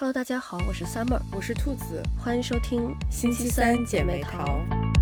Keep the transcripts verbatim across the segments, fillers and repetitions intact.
Hello， 大家好，我是 Summer， 我是兔子， 欢迎收听星期三姐妹淘。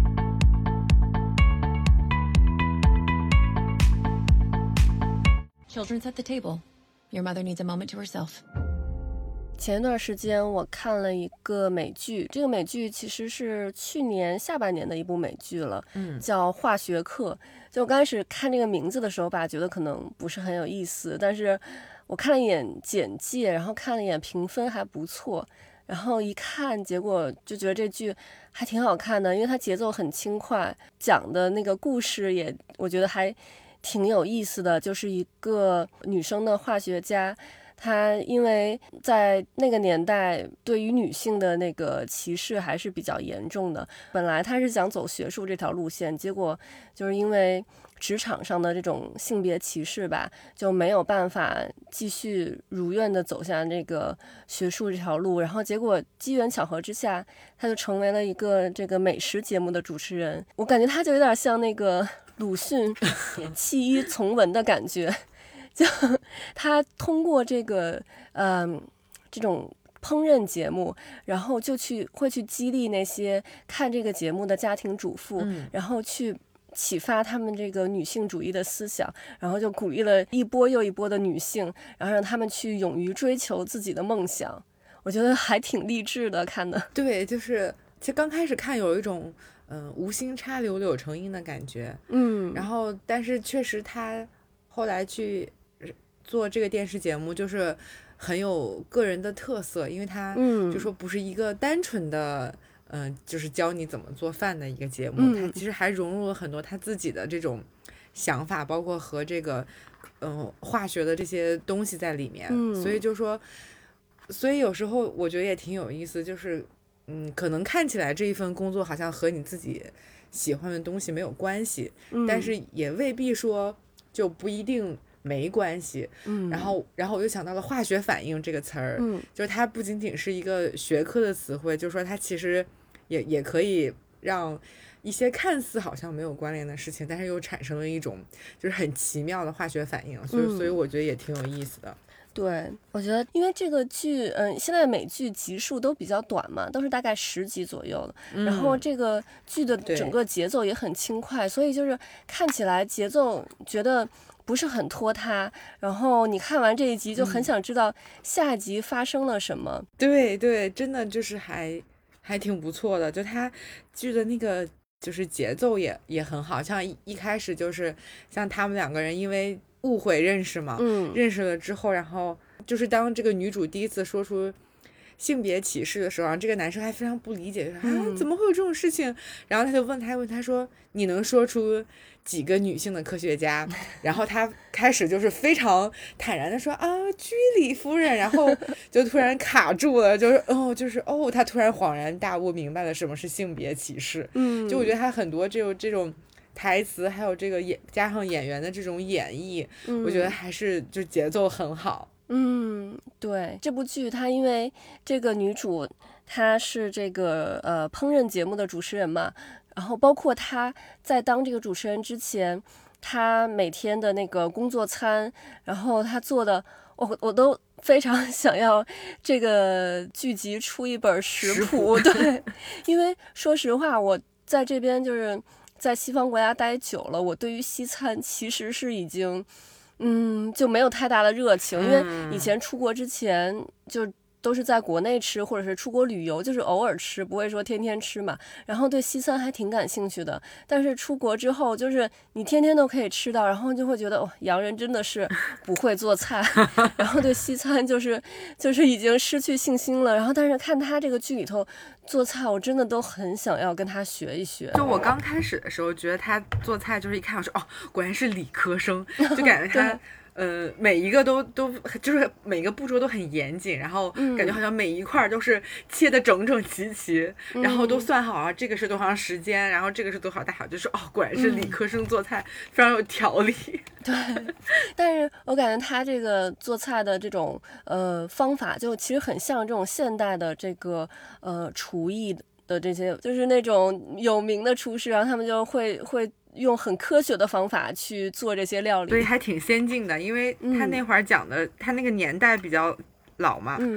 Children's at the table. Your mother needs a moment to herself. 前一段时间我看了一个美剧，这个美剧其实是去年下半年的一部美剧了， 嗯， 叫《化学课》。就我刚开始看这个名字的时候吧，觉得可能不是很有意思，但是我看了一眼简介，然后看了一眼评分还不错，然后一看结果就觉得这剧还挺好看的，因为它节奏很轻快，讲的那个故事也我觉得还挺有意思的，就是一个女生的化学家，她因为在那个年代对于女性的那个歧视还是比较严重的，本来她是想走学术这条路线，结果就是因为职场上的这种性别歧视吧，就没有办法继续如愿的走向这个学术这条路，然后结果机缘巧合之下，她就成为了一个这个美食节目的主持人。我感觉她就有点像那个鲁迅弃医从文的感觉，就他通过这个嗯这种烹饪节目，然后就去会去激励那些看这个节目的家庭主妇， 嗯、 然后去启发他们这个女性主义的思想，然后就鼓励了一波又一波的女性，然后让他们去勇于追求自己的梦想。我觉得还挺励志的，看的。 对，就是其实刚开始看有一种嗯、呃、无心插柳柳成荫的感觉， 嗯， 然后但是确实他后来去做这个电视节目就是很有个人的特色，因为他就说不是一个单纯的嗯、呃，就是教你怎么做饭的一个节目， 嗯、 他其实还融入了很多他自己的这种想法，包括和这个嗯、呃、化学的这些东西在里面， 嗯、 所以就说所以有时候我觉得也挺有意思，就是嗯，可能看起来这一份工作好像和你自己喜欢的东西没有关系， 嗯、 但是也未必说就不一定没关系。 嗯， 然后然后我就想到了化学反应这个词儿， 嗯， 就是它不仅仅是一个学科的词汇，就是说它其实也也可以让一些看似好像没有关联的事情，但是又产生了一种就是很奇妙的化学反应，所以、嗯、所以我觉得也挺有意思的。 对，我觉得因为这个剧嗯、呃，现在美剧集数都比较短嘛，都是大概十集左右的、嗯、然后这个剧的整个节奏也很轻快，所以就是看起来节奏觉得不是很拖沓，然后你看完这一集就很想知道下一集发生了什么、 嗯、对对，真的就是还还挺不错的，就他剧的那个就是节奏也也很好，像一一开始就是像他们两个人因为误会认识嘛， 嗯， 认识了之后，然后就是当这个女主第一次说出性别歧视的时候，然后这个男生还非常不理解，就说、嗯、啊怎么会有这种事情？然后他就问他问他说你能说出几个女性的科学家？然后他开始就是非常坦然的说啊居里夫人，然后就突然卡住了，就是哦就是哦他突然恍然大悟，明白了什么是性别歧视。 嗯， 就我觉得他很多这种这种台词还有这个演加上演员的这种演绎、嗯、我觉得还是就节奏很好。 嗯，对，这部剧它因为这个女主她是这个呃烹饪节目的主持人嘛，然后包括她在当这个主持人之前，她每天的那个工作餐，然后她做的我我都非常想要这个剧集出一本食谱，对，因为说实话我在这边就是在西方国家待久了，我对于西餐其实是已经嗯就没有太大的热情，因为以前出国之前就都是在国内吃，或者是出国旅游就是偶尔吃，不会说天天吃嘛，然后对西餐还挺感兴趣的，但是出国之后就是你天天都可以吃到，然后就会觉得哦，洋人真的是不会做菜然后对西餐就是就是已经失去信心了，然后但是看他这个剧里头做菜，我真的都很想要跟他学一学。 就我刚开始的时候觉得他做菜就是一看我说哦果然是理科生，就感觉他呃，每一个都都就是每个步骤都很严谨，然后感觉好像每一块都是切的整整齐齐、嗯、然后都算好啊，这个是多长时间，然后这个是多少大小，就是哦，果然是理科生做菜、嗯、非常有条理。 对，但是我感觉他这个做菜的这种呃方法，就其实很像这种现代的这个呃厨艺的这些，就是那种有名的厨师，然后他们就会会用很科学的方法去做这些料理， 所以还挺先进的，因为他那会儿讲的、嗯、他那个年代比较老嘛， 嗯，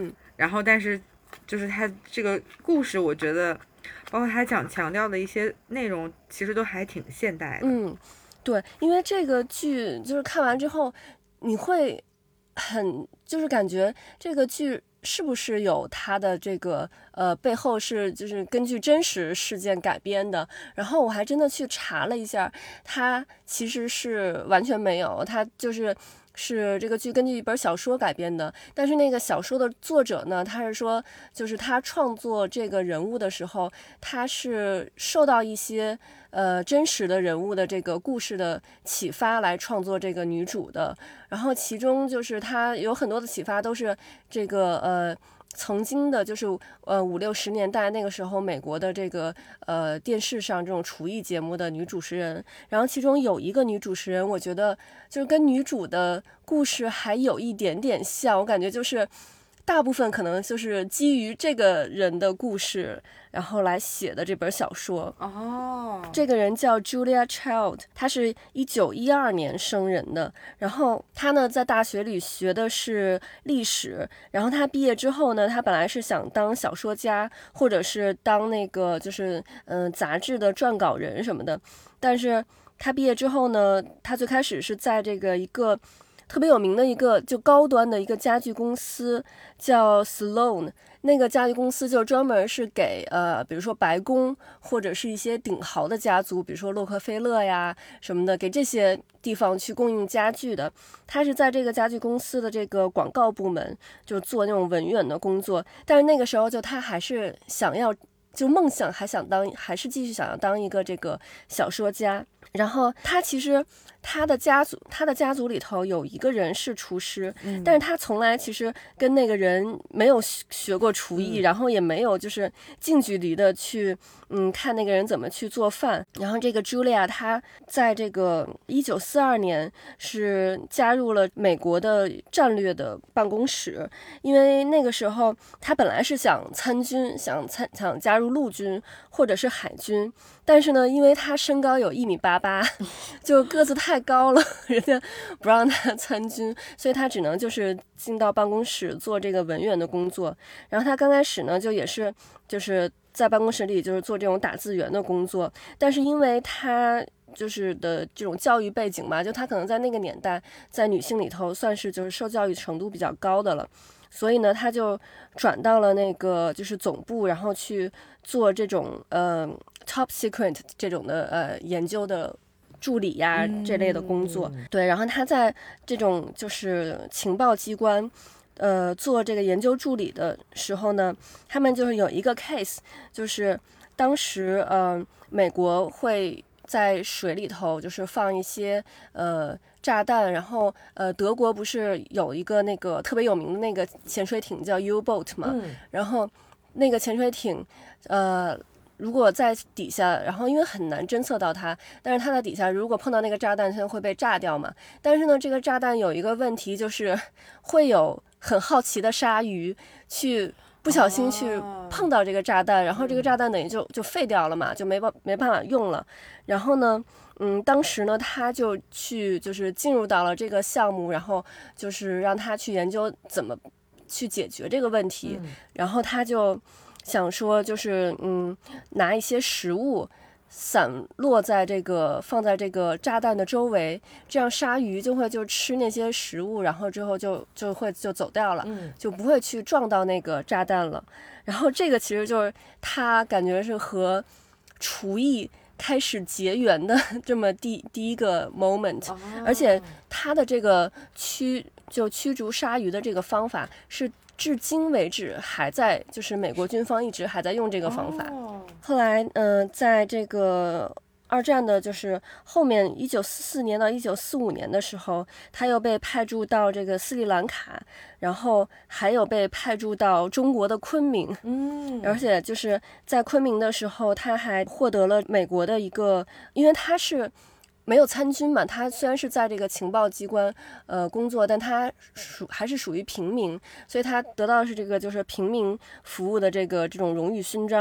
然后但是就是他这个故事，我觉得包括他讲强调的一些内容，其实都还挺现代的。 嗯，对，因为这个剧就是看完之后，你会很就是感觉这个剧是不是有它的这个呃背后是就是根据真实事件改编的。然后我还真的去查了一下，它其实是完全没有，它就是是这个剧根据一本小说改编的。但是那个小说的作者呢，他是说就是他创作这个人物的时候，他是受到一些呃真实的人物的这个故事的启发来创作这个女主的。然后其中就是他有很多的启发都是这个呃曾经的就是呃五六十年代那个时候美国的这个呃电视上这种厨艺节目的女主持人。然后其中有一个女主持人，我觉得就是跟女主的故事还有一点点像，我感觉就是大部分可能就是基于这个人的故事然后来写的这本小说。 哦， 这个人叫 Julia Child， 她是一九一二年生人的。然后她呢在大学里学的是历史，然后她毕业之后呢，她本来是想当小说家，或者是当那个就是嗯、呃、杂志的撰稿人什么的。但是她毕业之后呢，她最开始是在这个一个特别有名的一个就高端的一个家具公司叫 Sloan， 那个家具公司就专门是给呃比如说白宫或者是一些顶豪的家族，比如说洛克菲勒呀什么的，给这些地方去供应家具的。他是在这个家具公司的这个广告部门就做那种文员的工作。但是那个时候就他还是想要就梦想还想当还是继续想要当一个这个小说家。然后他其实他的家族他的家族里头有一个人是厨师、嗯、但是他从来其实跟那个人没有学过厨艺、嗯、然后也没有就是近距离的去嗯看那个人怎么去做饭。然后这个 Julia 她在这个一九四二年是加入了美国的战略的办公室，因为那个时候她本来是想参军，想参想加入陆军或者是海军，但是呢因为她身高有一米八八，就个子太高了，人家不让她参军，所以她只能就是进到办公室做这个文员的工作。然后她刚开始呢就也是就是在办公室里就是做这种打字员的工作，但是因为她就是的这种教育背景嘛，就她可能在那个年代在女性里头算是就是受教育程度比较高的了，所以呢她就转到了那个就是总部，然后去做这种呃 top secret 这种的呃研究的助理呀这类的工作、嗯、对。然后她在这种就是情报机关呃，做这个研究助理的时候呢，他们就是有一个 case， 就是当时呃，美国会在水里头就是放一些呃炸弹，然后呃，德国不是有一个那个特别有名的那个潜水艇叫 U-boat 嘛、嗯，然后那个潜水艇呃。如果在底下，然后因为很难侦测到它，但是它在底下如果碰到那个炸弹它会被炸掉嘛。但是呢这个炸弹有一个问题，就是会有很好奇的鲨鱼去不小心去碰到这个炸弹、哦、然后这个炸弹等于就就废掉了嘛，就没办没办法用了。然后呢嗯，当时呢他就去就是进入到了这个项目，然后就是让他去研究怎么去解决这个问题、嗯、然后他就想说就是嗯，拿一些食物散落在这个放在这个炸弹的周围，这样鲨鱼就会就吃那些食物，然后之后就就会就走掉了、嗯、就不会去撞到那个炸弹了。然后这个其实就是他感觉是和厨艺开始结缘的这么第第一个 moment、哦、而且他的这个驱就驱逐鲨鱼的这个方法是至今为止还在，就是美国军方一直还在用这个方法。oh. 后来呃，在这个二战的就是后面一九四四年到一九四五年的时候，他又被派驻到这个斯里兰卡，然后还有被派驻到中国的昆明。嗯，而且就是在昆明的时候，他还获得了美国的一个，因为他是没有参军嘛，他虽然是在这个情报机关呃工作，但他属还是属于平民，所以他得到的是这个就是平民服务的这个这种荣誉勋章。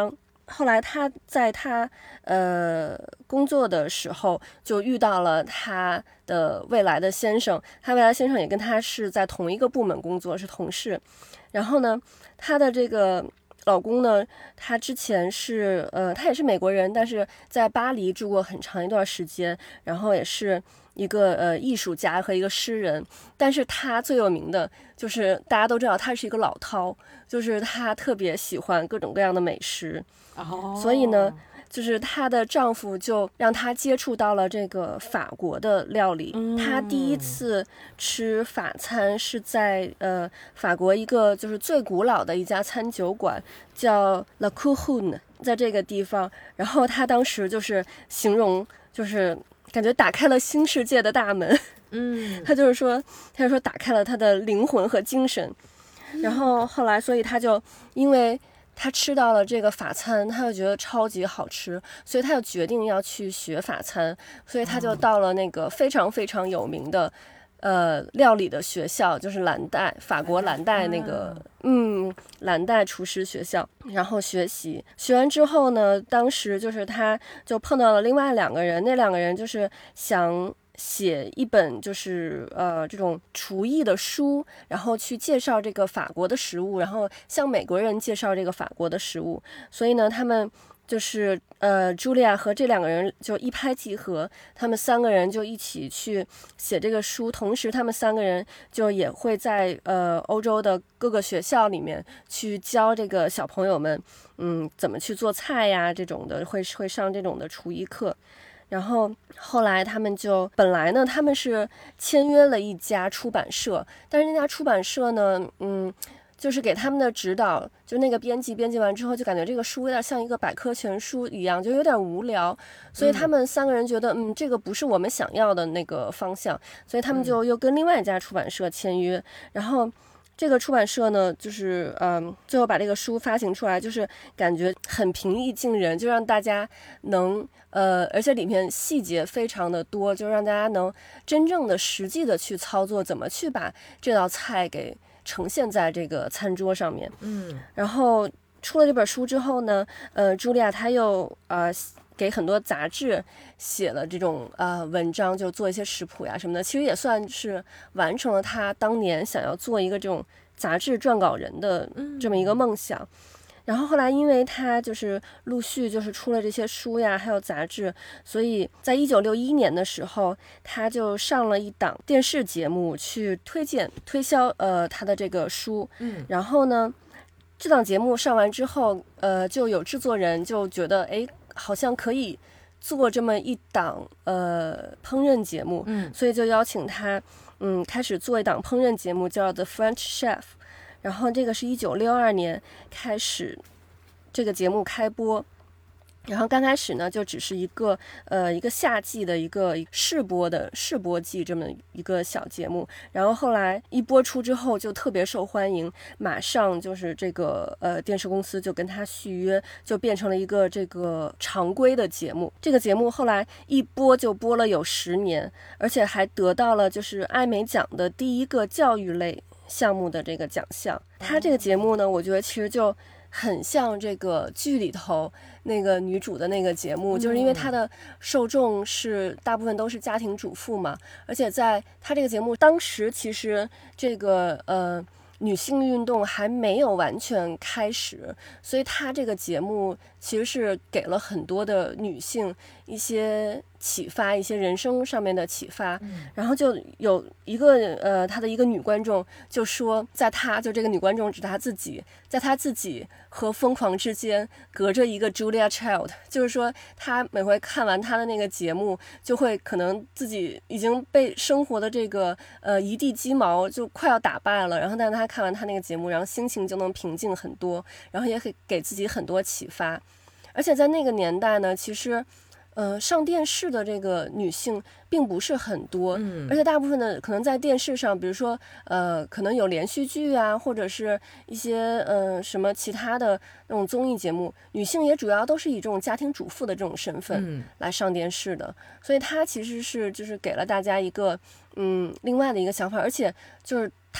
后来他在他呃工作的时候就遇到了他的未来的先生，他未来先生也跟他是在同一个部门工作，是同事。然后呢，他的这个老公呢，他之前是呃，他也是美国人，但是在巴黎住过很长一段时间，然后也是一个呃艺术家和一个诗人。但是他最有名的就是大家都知道他是一个老饕，就是他特别喜欢各种各样的美食。 哦， 所以呢，就是她的丈夫就让她接触到了这个法国的料理。 嗯、 她第一次吃法餐是在呃法国一个就是最古老的一家餐酒馆，叫 La Couronne， 在这个地方。然后她当时就是形容，就是感觉打开了新世界的大门。 嗯， 她就是说，她就说打开了她的灵魂和精神。然后后来，所以她就因为他吃到了这个法餐，他就觉得超级好吃，所以他就决定要去学法餐，所以他就到了那个非常非常有名的呃料理的学校，就是蓝带，法国蓝带那个嗯蓝带厨师学校，然后学习。学完之后呢，当时就是他就碰到了另外两个人，那两个人就是想写一本就是呃这种厨艺的书，然后去介绍这个法国的食物，然后向美国人介绍这个法国的食物。所以呢，他们就是呃茱莉亚和这两个人就一拍即合，他们三个人就一起去写这个书，同时他们三个人就也会在呃欧洲的各个学校里面去教这个小朋友们嗯怎么去做菜呀这种的，会会上这种的厨艺课。然后后来他们就本来呢，他们是签约了一家出版社，但是那家出版社呢，嗯，就是给他们的指导，就那个编辑编辑完之后，就感觉这个书有点像一个百科全书一样，就有点无聊，所以他们三个人觉得，嗯，这个不是我们想要的那个方向，所以他们就又跟另外一家出版社签约，然后。这个出版社呢，就是嗯，最后把这个书发行出来，就是感觉很平易近人，就让大家能呃，而且里面细节非常的多，就让大家能真正的实际的去操作，怎么去把这道菜给呈现在这个餐桌上面。 嗯， 然后出了这本书之后呢，呃，茱莉亚她又呃。给很多杂志写了这种呃文章，就做一些食谱呀什么的，其实也算是完成了他当年想要做一个这种杂志撰稿人的这么一个梦想。然后后来因为他就是陆续就是出了这些书呀，还有杂志，所以在一九六一年的时候，他就上了一档电视节目去推荐推销呃他的这个书。 嗯， 然后呢，这档节目上完之后，呃，就有制作人就觉得，哎。好像可以做这么一档呃烹饪节目， 嗯， 所以就邀请他，嗯，开始做一档烹饪节目，叫 The French Chef。然后这个是一九六二年开始这个节目开播。然后刚开始呢，就只是一个呃一个夏季的一个试播的试播季这么一个小节目，然后后来一播出之后就特别受欢迎，马上就是这个呃电视公司就跟他续约，就变成了一个这个常规的节目。这个节目后来一播就播了有十年，而且还得到了就是艾美奖的第一个教育类项目的这个奖项。他这个节目呢，我觉得其实就很像这个剧里头那个女主的那个节目，就是因为她的受众是大部分都是家庭主妇嘛，而且在她这个节目当时其实这个呃女性运动还没有完全开始，所以她这个节目其实是给了很多的女性一些启发，一些人生上面的启发。 嗯、 然后就有一个呃，她的一个女观众就说，在她就这个女观众指她自己，在她自己和疯狂之间隔着一个 Julia Child， 就是说她每回看完她的那个节目，就会可能自己已经被生活的这个呃一地鸡毛就快要打败了，然后但是她看完她那个节目，然后心情就能平静很多，然后也可以给自己很多启发。而且在那个年代呢，其实呃，上电视的这个女性并不是很多， 嗯， 而且大部分的可能在电视上，比如说呃，可能有连续剧啊，或者是一些呃什么其他的那种综艺节目，女性也主要都是以这种家庭主妇的这种身份来上电视的，嗯、所以她其实是就是给了大家一个嗯另外的一个想法，而且就是她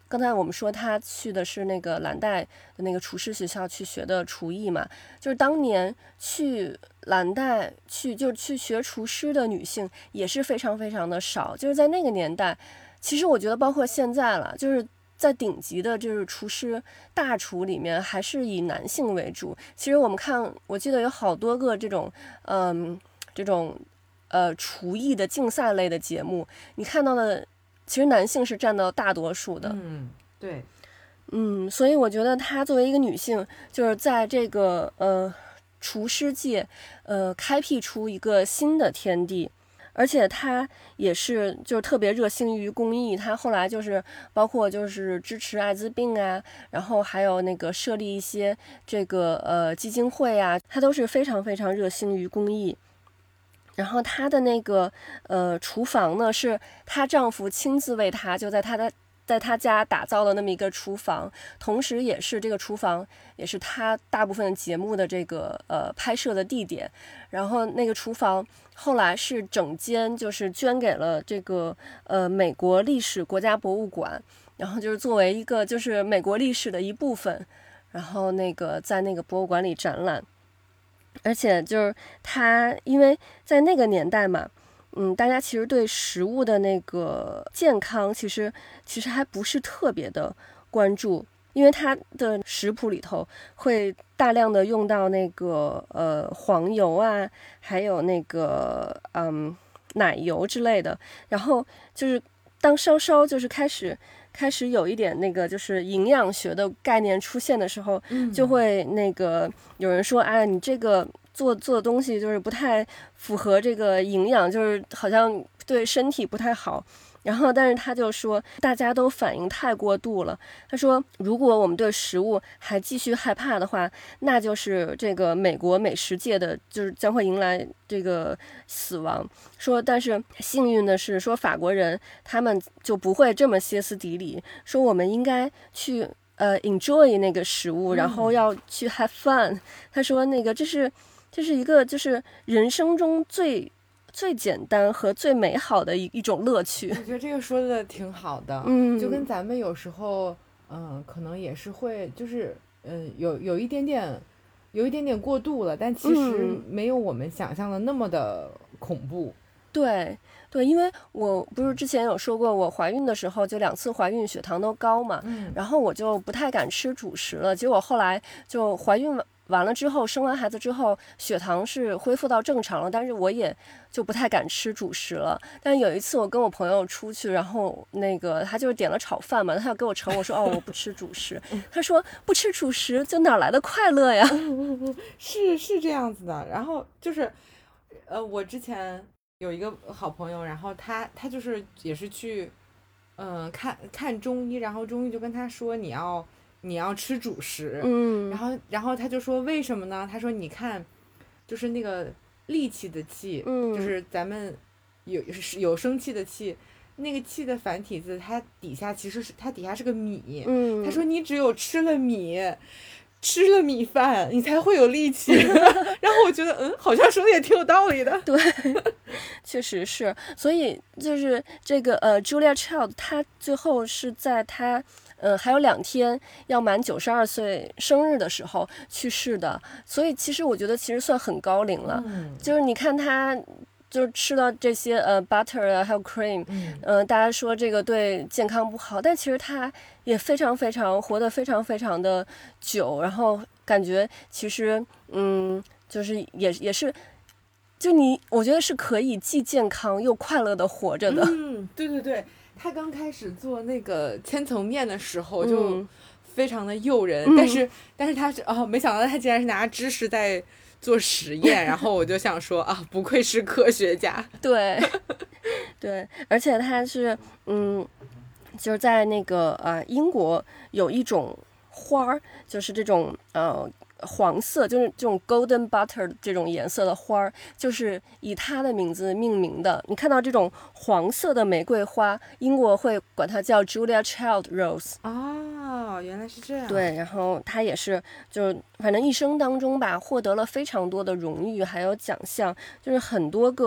刚才我们说她去的是那个蓝带的那个厨师学校去学的厨艺嘛，就是当年去蓝带去就是去学厨师的女性也是非常非常的少，就是在那个年代，其实我觉得包括现在了，就是在顶级的就是厨师大厨里面还是以男性为主。其实我们看，我记得有好多个这种嗯这种呃厨艺的竞赛类的节目，你看到的其实男性是占到大多数的。 嗯，对， 嗯，所以我觉得她作为一个女性，就是在这个呃厨师界呃开辟出一个新的天地。而且他也是就是特别热心于公益，他后来就是包括就是支持艾滋病啊，然后还有那个设立一些这个呃基金会啊，他都是非常非常热心于公益。然后她的那个呃厨房呢，是她丈夫亲自为她就在她的在她家打造的那么一个厨房，同时也是这个厨房也是她大部分节目的这个呃拍摄的地点。然后那个厨房后来是整间就是捐给了这个呃美国历史国家博物馆，然后就是作为一个就是美国历史的一部分，然后那个在那个博物馆里展览。而且就是他因为在那个年代嘛，嗯，大家其实对食物的那个健康其实其实还不是特别的关注，因为它的食谱里头会大量的用到那个呃黄油啊，还有那个嗯奶油之类的。然后就是当稍稍就是开始开始有一点那个就是营养学的概念出现的时候， 嗯就会那个有人说，哎，你这个做做的东西就是不太符合这个营养，就是好像对身体不太好。然后，但是他就说，大家都反应太过度了。他说，如果我们对食物还继续害怕的话，那就是这个美国美食界的就是将会迎来这个死亡。说，但是幸运的是，说法国人他们就不会这么歇斯底里。说我们应该去呃 enjoy 那个食物，然后要去 have fun。他说，那个这是这是一个就是人生中最。最简单和最美好的一一种乐趣。 我觉得这个说的挺好的， 嗯， 就跟咱们有时候，嗯、呃，可能也是会，就是，嗯、呃，有有一点点，有一点点过度了，但其实没有我们想象的那么的恐怖。 嗯、对对，因为我不是之前有说过，我怀孕的时候就两次怀孕血糖都高嘛， 嗯， 然后我就不太敢吃主食了。结果后来就怀孕完了之后，生完孩子之后，血糖是恢复到正常了，但是我也就不太敢吃主食了。但有一次我跟我朋友出去，然后那个他就是点了炒饭嘛，他要给我盛，我说哦我不吃主食，他说不吃主食就哪来的快乐呀？ 是是这样子的。然后就是，呃，我之前有一个好朋友，然后他他就是也是去，嗯、呃，看看中医，然后中医就跟他说你要。你要吃主食， 嗯， 然后然后他就说为什么呢？他说你看，就是那个戾气的气， 嗯， 就是咱们有有生气的气，那个气的繁体字，它底下其实是它底下是个米， 嗯， 他说你只有吃了米，吃了米饭，你才会有力气。然后我觉得，嗯，好像说的也挺有道理的。 对，确实是。所以就是这个呃，Julia Child， 她最后是在她。呃，还有两天要满九十二岁生日的时候去世的，所以其实我觉得其实算很高龄了。 嗯、 就是你看他，就是吃到这些呃 butter 啊，还有 cream， 嗯、 呃，大家说这个对健康不好，但其实他也非常非常活得非常非常的久，然后感觉其实嗯，就是也也是。就你，我觉得是可以既健康又快乐的活着的。 嗯，对对对。他刚开始做那个千层面的时候就非常的诱人， 嗯、 但是但是他是哦，没想到他竟然是拿知识在做实验，然后我就想说啊，不愧是科学家。 对对，而且他是嗯，就是在那个呃英国有一种花儿，就是这种呃。黄色就是这种 golden butter 这种颜色的花，就是以它的名字命名的。你看到这种黄色的玫瑰花，英国会管它叫 Julia Child Rose。 哦，原来是这样。 对，然后她也是，就是反正一生当中吧，获得了非常多的荣誉，还有奖项，就是很多个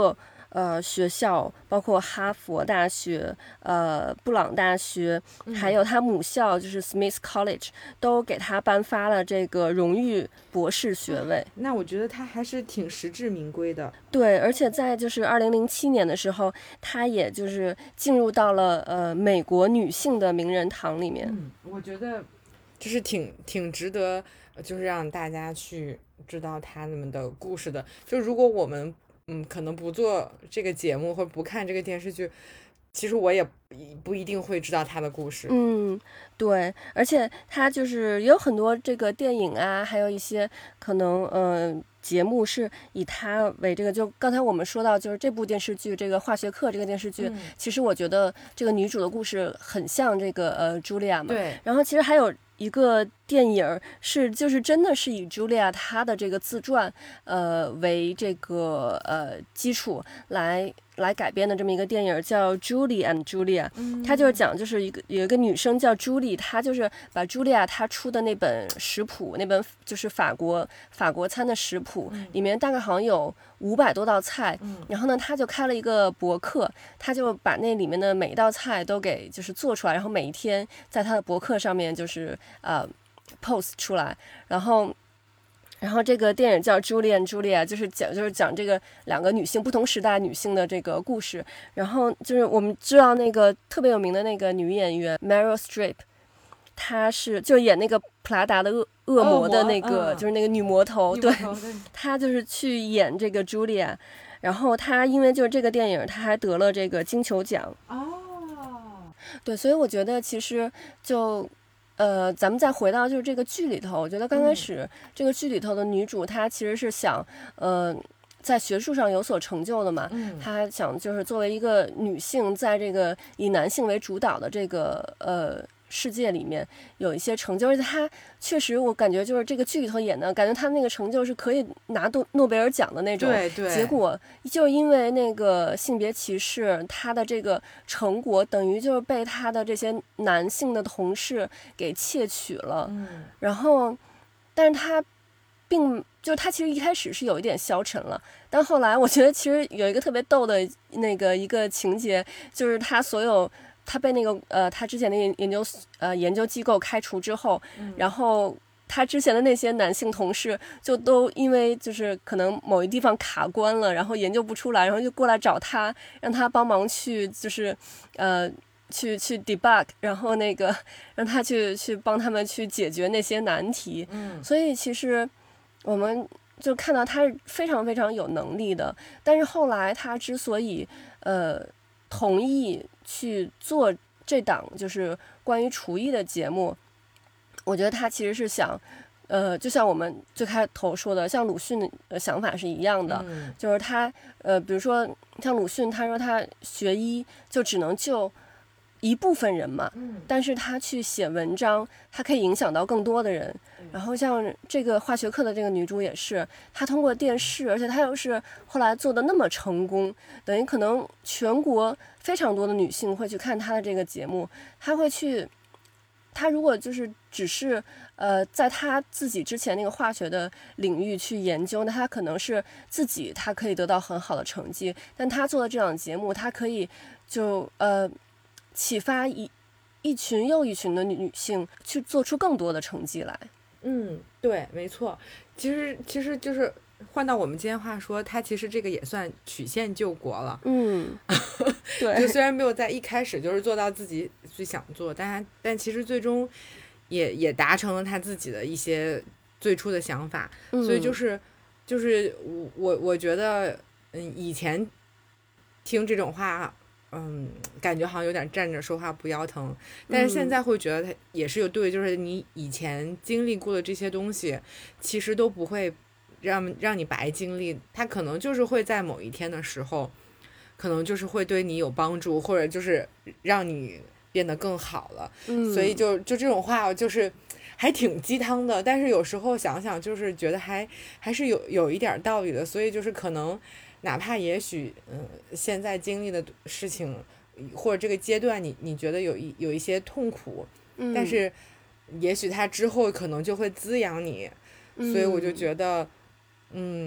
呃学校，包括哈佛大学、呃布朗大学，还有他母校就是 Smith College，都给他颁发了这个荣誉博士学位。 那我觉得他还是挺实至名归的。 对，而且在就是二零零七年的时候，他也就是进入到了呃美国女性的名人堂里面。 嗯，我觉得就是挺挺值得，就是让大家去知道他们的故事的。就如果我们嗯可能不做这个节目或者不看这个电视剧，其实我也不一定会知道他的故事。 嗯，对，而且他就是也有很多这个电影啊，还有一些可能呃节目是以他为这个，就刚才我们说到就是这部电视剧这个化学课这个电视剧， 嗯、 其实我觉得这个女主的故事很像这个呃茱莉亚嘛。 对， 然后其实还有一个电影是就是真的是以茱莉亚她的这个自传呃为这个呃基础来来改编的这么一个电影，叫 Julie and Julia。 嗯， 它就是讲就是一个有一个女生叫朱莉，她就是把茱莉亚她出的那本食谱，那本就是法国法国餐的食谱， 嗯、 里面大概好像有五百多道菜。 嗯、 然后呢，她就开了一个博客，她就把那里面的每一道菜都给就是做出来，然后每一天在她的博客上面就是呃 post 出来，然后。然后这个电影叫《朱莉安·茱莉亚》，就是讲就是讲这个两个女性不同时代女性的这个故事。然后就是我们知道那个特别有名的那个女演员 Meryl Streep， 她是就演那个普拉达的恶恶魔的那个、 嗯、 就是那个女魔头， 女对， 魔头对她就是去演这个茱莉亚。然后她因为就是这个电影，她还得了这个金球奖。 哦， 对，所以我觉得其实就。呃，咱们再回到就是这个剧里头，我觉得刚开始、嗯、这个剧里头的女主她其实是想，呃，在学术上有所成就的嘛， 嗯， 她想就是作为一个女性，在这个以男性为主导的这个呃世界里面有一些成就，而且她确实我感觉就是这个剧里头演的，感觉她那个成就是可以拿诺诺贝尔奖的那种， 对对， 结果就因为那个性别歧视，她的这个成果等于就是被她的这些男性的同事给窃取了， 嗯， 然后但是她并就她其实一开始是有一点消沉了，但后来我觉得其实有一个特别逗的那个一个情节，就是她所有他被那个呃，他之前的研究呃研究机构开除之后， 嗯、 然后他之前的那些男性同事就都因为就是可能某一地方卡关了，然后研究不出来，然后就过来找他，让他帮忙去就是呃去去 debug， 然后那个让他去去帮他们去解决那些难题。 嗯， 所以其实我们就看到他是非常非常有能力的，但是后来他之所以呃同意去做这档就是关于厨艺的节目，我觉得他其实是想呃就像我们最开头说的，像鲁迅的想法是一样的、 嗯、 就是他呃比如说像鲁迅他说他学医就只能救一部分人嘛、 嗯、 但是他去写文章他可以影响到更多的人、嗯、然后像这个化学课的这个女主也是，她通过电视，而且她又是后来做的那么成功，等于可能全国非常多的女性会去看她的这个节目，她会去她如果就是只是呃在她自己之前那个化学的领域去研究，那她可能是自己她可以得到很好的成绩，但她做的这档节目她可以就呃启发一一群又一群的女性去做出更多的成绩来。 嗯，对，没错。其实其实就是换到我们今天话说，他其实这个也算曲线救国了。 嗯，对， 就虽然没有在一开始就是做到自己最想做，但他但其实最终也也达成了他自己的一些最初的想法。 嗯、 所以就是就是我我我觉得，嗯，以前听这种话。嗯，感觉好像有点站着说话不腰疼，但是现在会觉得它也是有对，就是你以前经历过的这些东西，其实都不会让让你白经历，它可能就是会在某一天的时候，可能就是会对你有帮助，或者就是让你变得更好了。 嗯， 所以就就这种话就是还挺鸡汤的，但是有时候想想就是觉得还还是有有一点道理的，所以就是可能。哪怕也许，嗯，现在经历的事情，或者这个阶段你，你你觉得有一有一些痛苦， 嗯、 但是，也许它之后可能就会滋养你， 嗯、 所以我就觉得，嗯，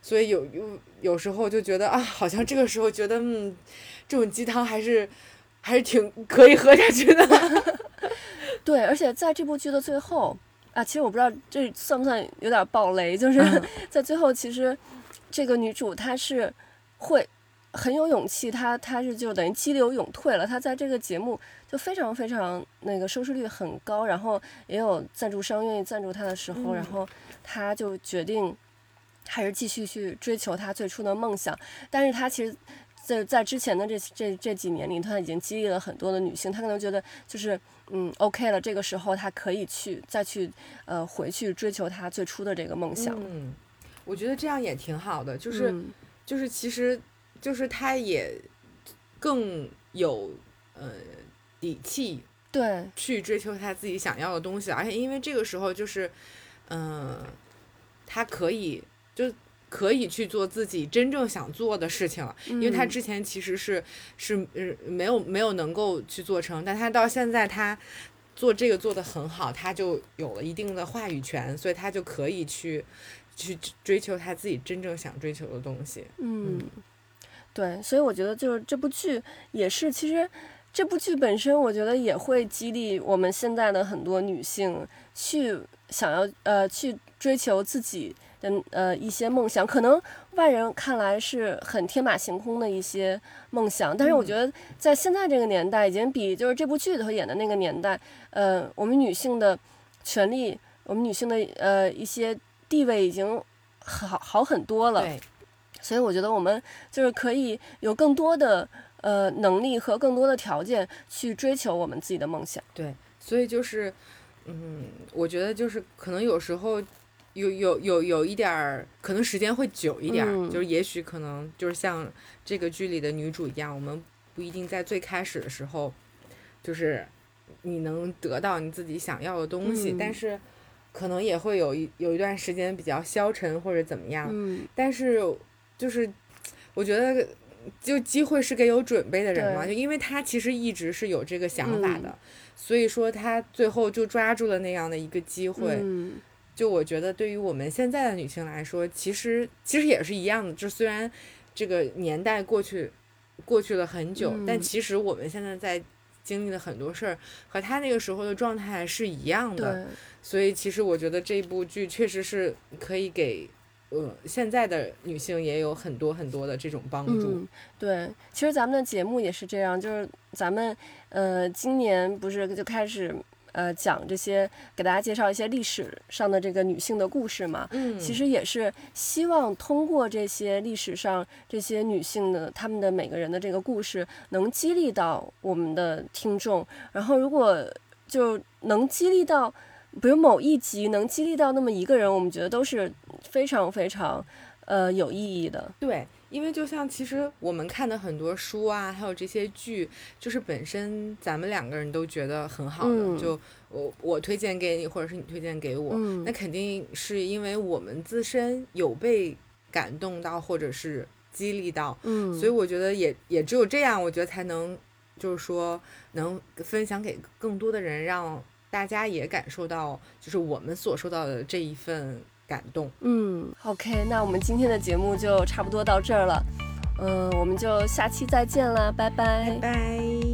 所以有有有时候就觉得啊，好像这个时候觉得嗯，这种鸡汤还是还是挺可以喝下去的。 对，而且在这部剧的最后啊，其实我不知道这算不算有点爆雷，就是、嗯、在最后，其实这个女主她是会很有勇气，她她是就等于激流勇退了，她在这个节目就非常非常那个收视率很高，然后也有赞助商愿意赞助她的时候，嗯、然后她就决定还是继续去追求她最初的梦想，但是她其实。在在之前的这这这几年里，她已经激励了很多的女性，她可能觉得就是嗯 OK 了，这个时候她可以去再去呃回去追求她最初的这个梦想。 嗯，我觉得这样也挺好的，就是、嗯、就是其实就是她也更有呃底气对去追求她自己想要的东西，而且因为这个时候就是嗯、呃，她可以就。可以去做自己真正想做的事情了，因为他之前其实是是呃没有没有能够去做成，但他到现在他做这个做得很好，他就有了一定的话语权，所以他就可以去去追求他自己真正想追求的东西。 嗯，对，所以我觉得就是这部剧也是，其实这部剧本身我觉得也会激励我们现在的很多女性去想要呃去追求自己的呃一些梦想，可能外人看来是很天马行空的一些梦想，但是我觉得在现在这个年代，已经比就是这部剧里头演的那个年代，呃，我们女性的权利，我们女性的呃一些地位已经好好很多了。 对， 所以我觉得我们就是可以有更多的呃能力和更多的条件去追求我们自己的梦想。 对，所以就是嗯，我觉得就是可能有时候。有有有有一点儿，可能时间会久一点、嗯、就是也许可能就是像这个剧里的女主一样，我们不一定在最开始的时候就是你能得到你自己想要的东西、嗯、但是可能也会有一有一段时间比较消沉或者怎么样、嗯、但是就是我觉得就机会是给有准备的人嘛，就因为他其实一直是有这个想法的、嗯、所以说他最后就抓住了那样的一个机会、嗯，就我觉得对于我们现在的女性来说，其实其实也是一样的，就虽然这个年代过去过去了很久、嗯、但其实我们现在在经历了很多事儿，和她那个时候的状态是一样的，所以其实我觉得这部剧确实是可以给呃现在的女性也有很多很多的这种帮助、 嗯、对，其实咱们的节目也是这样，就是咱们呃今年不是就开始呃，讲这些，给大家介绍一些历史上的这个女性的故事嘛。 嗯， 其实也是希望通过这些历史上这些女性的她们的每个人的这个故事，能激励到我们的听众。然后，如果就能激励到，比如某一集能激励到那么一个人，我们觉得都是非常非常呃有意义的。 对。因为就像其实我们看的很多书啊，还有这些剧，就是本身咱们两个人都觉得很好的，嗯、就我我推荐给你，或者是你推荐给我、嗯，那肯定是因为我们自身有被感动到，或者是激励到，嗯，所以我觉得也也只有这样，我觉得才能就是说能分享给更多的人，让大家也感受到，就是我们所受到的这一份感动。 嗯 OK， 那我们今天的节目就差不多到这儿了，嗯、呃，我们就下期再见啦，拜拜拜拜。